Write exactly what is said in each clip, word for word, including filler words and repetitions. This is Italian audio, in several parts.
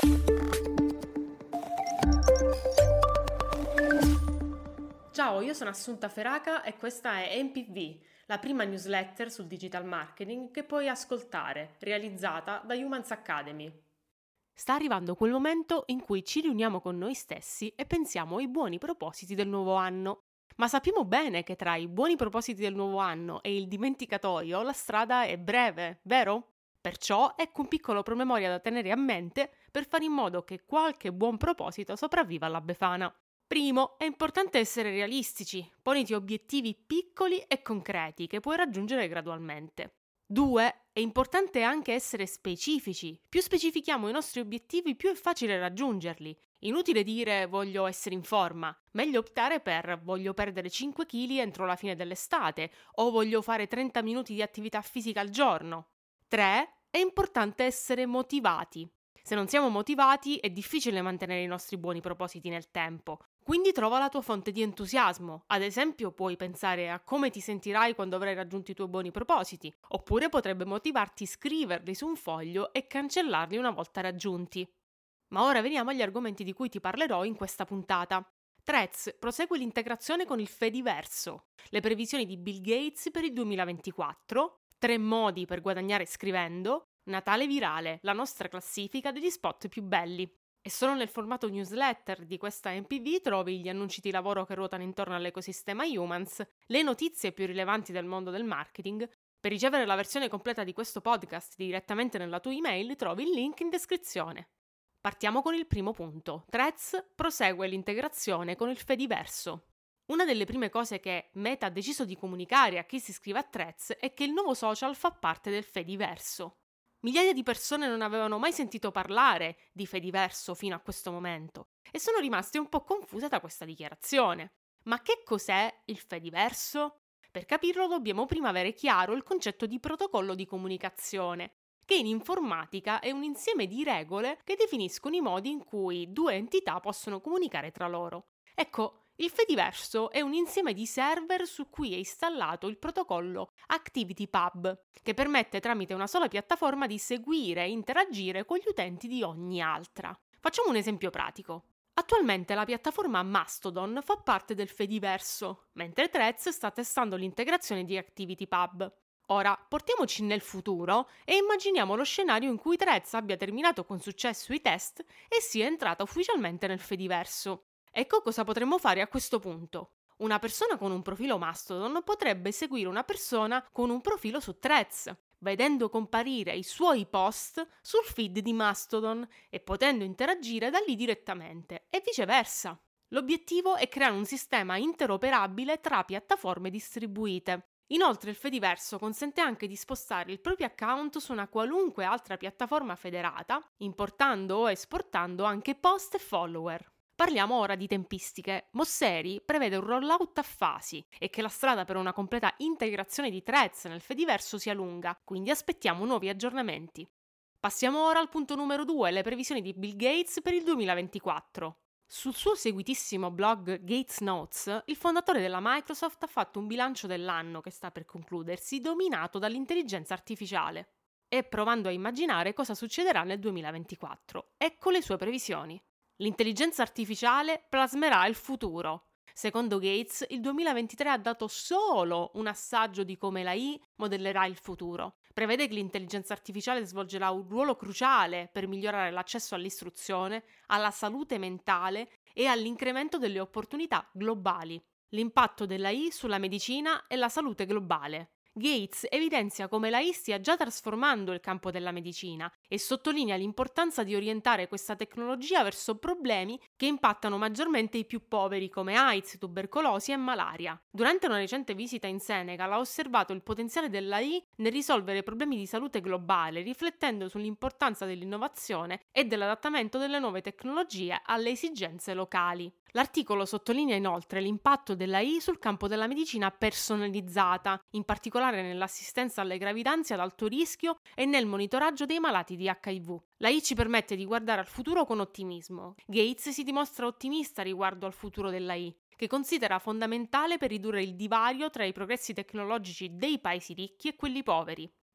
Ciao, io sono Assunta Feraca e questa è M P V, la prima newsletter sul digital marketing che puoi ascoltare, realizzata da Humans Academy. Sta arrivando quel momento in cui ci riuniamo con noi stessi e pensiamo ai buoni propositi del nuovo anno. Ma sappiamo bene che tra i buoni propositi del nuovo anno e il dimenticatoio la strada è breve, vero? Perciò ecco un piccolo promemoria da tenere a mente per fare in modo che qualche buon proposito sopravviva alla Befana. Primo, è importante essere realistici, poniti obiettivi piccoli e concreti che puoi raggiungere gradualmente. Due, è importante anche essere specifici. Più specifichiamo i nostri obiettivi, più è facile raggiungerli. Inutile dire voglio essere in forma, meglio optare per voglio perdere cinque chili entro la fine dell'estate o voglio fare trenta minuti di attività fisica al giorno. Tre, è importante essere motivati. Se non siamo motivati è difficile mantenere i nostri buoni propositi nel tempo, quindi trova la tua fonte di entusiasmo. Ad esempio puoi pensare a come ti sentirai quando avrai raggiunto i tuoi buoni propositi, oppure potrebbe motivarti scriverli su un foglio e cancellarli una volta raggiunti. Ma ora veniamo agli argomenti di cui ti parlerò in questa puntata. Threads prosegue l'integrazione con il Fediverso, le previsioni di Bill Gates per il duemilaventiquattro, tre modi per guadagnare scrivendo, Natale virale, la nostra classifica degli spot più belli. E solo nel formato newsletter di questa M P V trovi gli annunci di lavoro che ruotano intorno all'ecosistema Humans, le notizie più rilevanti del mondo del marketing. Per ricevere la versione completa di questo podcast direttamente nella tua email trovi il link in descrizione. Partiamo con il primo punto. Threads prosegue l'integrazione con il Fediverso. Una delle prime cose che Meta ha deciso di comunicare a chi si iscrive a Threads è che il nuovo social fa parte del Fediverso. Migliaia di persone non avevano mai sentito parlare di Fediverso fino a questo momento e sono rimaste un po' confuse da questa dichiarazione. Ma che cos'è il Fediverso? Per capirlo dobbiamo prima avere chiaro il concetto di protocollo di comunicazione, che in informatica è un insieme di regole che definiscono i modi in cui due entità possono comunicare tra loro. Ecco, il Fediverso è un insieme di server su cui è installato il protocollo ActivityPub, che permette tramite una sola piattaforma di seguire e interagire con gli utenti di ogni altra. Facciamo un esempio pratico. Attualmente la piattaforma Mastodon fa parte del Fediverso, mentre Threads sta testando l'integrazione di ActivityPub. Ora, portiamoci nel futuro e immaginiamo lo scenario in cui Threads abbia terminato con successo i test e sia entrata ufficialmente nel Fediverso. Ecco cosa potremmo fare a questo punto. Una persona con un profilo Mastodon potrebbe seguire una persona con un profilo su Threads, vedendo comparire i suoi post sul feed di Mastodon e potendo interagire da lì direttamente, e viceversa. L'obiettivo è creare un sistema interoperabile tra piattaforme distribuite. Inoltre il Fediverso consente anche di spostare il proprio account su una qualunque altra piattaforma federata, importando o esportando anche post e follower. Parliamo ora di tempistiche. Mosseri prevede un rollout a fasi e che la strada per una completa integrazione di Threads nel Fediverso sia lunga, quindi aspettiamo nuovi aggiornamenti. Passiamo ora al punto numero due, le previsioni di Bill Gates per il duemilaventiquattro. Sul suo seguitissimo blog Gates Notes, il fondatore della Microsoft ha fatto un bilancio dell'anno che sta per concludersi dominato dall'intelligenza artificiale e provando a immaginare cosa succederà nel duemilaventiquattro. Ecco le sue previsioni. L'intelligenza artificiale plasmerà il futuro. Secondo Gates, il duemilaventitré ha dato solo un assaggio di come l'A I modellerà il futuro. Prevede che l'intelligenza artificiale svolgerà un ruolo cruciale per migliorare l'accesso all'istruzione, alla salute mentale e all'incremento delle opportunità globali. L'impatto dell'A I sulla medicina e la salute globale. Gates evidenzia come l'A I stia già trasformando il campo della medicina e sottolinea l'importanza di orientare questa tecnologia verso problemi che impattano maggiormente i più poveri come AIDS, tubercolosi e malaria. Durante una recente visita in Senegal ha osservato il potenziale dell'A I nel risolvere problemi di salute globale, riflettendo sull'importanza dell'innovazione e dell'adattamento delle nuove tecnologie alle esigenze locali. L'articolo sottolinea inoltre l'impatto dell'A I sul campo della medicina personalizzata, in particolare nell'assistenza alle gravidanze ad alto rischio e nel monitoraggio dei malati di acca i vu. L'A I ci permette di guardare al futuro con ottimismo. Gates si dimostra ottimista riguardo al futuro dell'A I, che considera fondamentale per ridurre il divario tra i progressi tecnologici dei paesi ricchi e quelli poveri.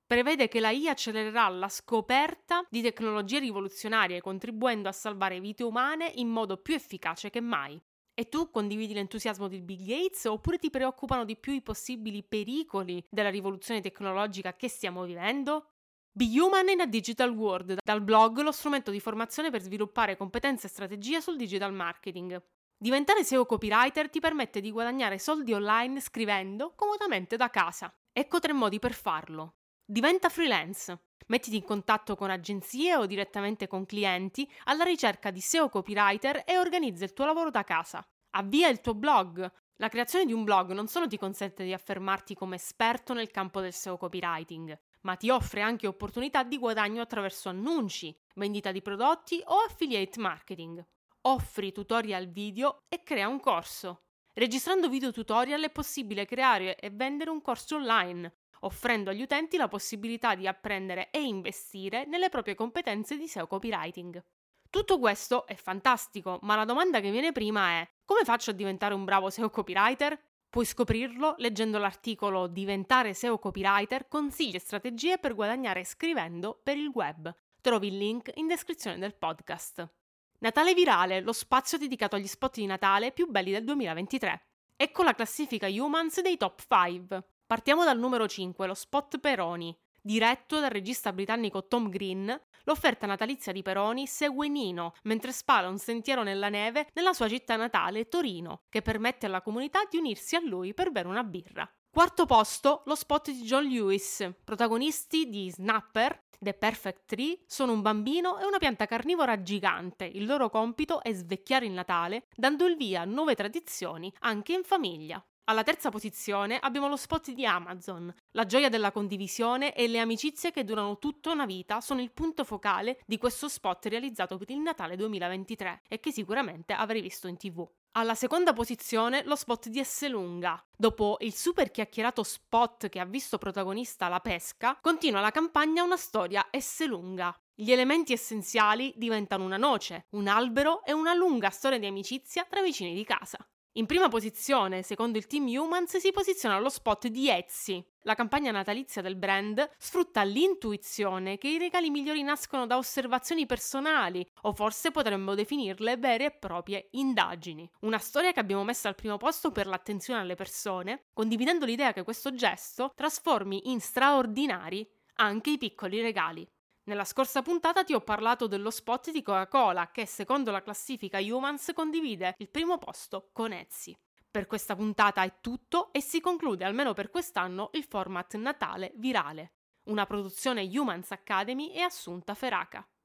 prevede che la I A accelererà la scoperta di tecnologie rivoluzionarie, contribuendo a salvare vite umane in modo più efficace che mai. E tu condividi l'entusiasmo di Bill Gates oppure ti preoccupano di più i possibili pericoli della rivoluzione tecnologica che stiamo vivendo? Be Human in a Digital World, dal blog Lo strumento di formazione per sviluppare competenze e strategie sul digital marketing. Diventare S E O copywriter ti permette di guadagnare soldi online scrivendo comodamente da casa. Ecco tre modi per farlo. Diventa freelance. Mettiti in contatto con agenzie o direttamente con clienti alla ricerca di S E O copywriter e organizza il tuo lavoro da casa. Avvia il tuo blog. La creazione di un blog non solo ti consente di affermarti come esperto nel campo del S E O copywriting, ma ti offre anche opportunità di guadagno attraverso annunci, vendita di prodotti o affiliate marketing. Offri tutorial video e crea un corso. Registrando video tutorial è possibile creare e vendere un corso online, offrendo agli utenti la possibilità di apprendere e investire nelle proprie competenze di S E O copywriting. Tutto questo è fantastico, ma la domanda che viene prima è: come faccio a diventare un bravo S E O copywriter? Puoi scoprirlo leggendo l'articolo Diventare S E O copywriter, consigli e strategie per guadagnare scrivendo per il web. Trovi il link in descrizione del podcast. Natale virale, lo spazio dedicato agli spot di Natale più belli del duemilaventitré. Ecco la classifica Humans dei top cinque. Partiamo dal numero cinque, lo spot Peroni. Diretto dal regista britannico Tom Green, l'offerta natalizia di Peroni segue Nino mentre spala un sentiero nella neve nella sua città natale, Torino, che permette alla comunità di unirsi a lui per bere una birra. Quarto posto, lo spot di John Lewis. Protagonisti di Snapper, The Perfect Tree, sono un bambino e una pianta carnivora gigante. Il loro compito è svecchiare il Natale, dando il via a nuove tradizioni anche in famiglia. Alla terza posizione abbiamo lo spot di Amazon. La gioia della condivisione e le amicizie che durano tutta una vita sono il punto focale di questo spot realizzato per il Natale duemilaventitré e che sicuramente avrei visto in tivù. Alla seconda posizione lo spot di Esselunga. Dopo il super chiacchierato spot che ha visto protagonista la pesca, continua la campagna Una storia Esselunga. Gli elementi essenziali diventano una noce, un albero e una lunga storia di amicizia tra vicini di casa. In prima posizione, secondo il team Humans, si posiziona lo spot di Etsy. La campagna natalizia del brand sfrutta l'intuizione che i regali migliori nascono da osservazioni personali, o forse potremmo definirle vere e proprie indagini. Una storia che abbiamo messo al primo posto per l'attenzione alle persone, condividendo l'idea che questo gesto trasformi in straordinari anche i piccoli regali. Nella scorsa puntata ti ho parlato dello spot di Coca-Cola che, secondo la classifica Humans, condivide il primo posto con Etsy. Per questa puntata è tutto e si conclude, almeno per quest'anno, il format Natale virale. Una produzione Humans Academy e Assunta Feraca.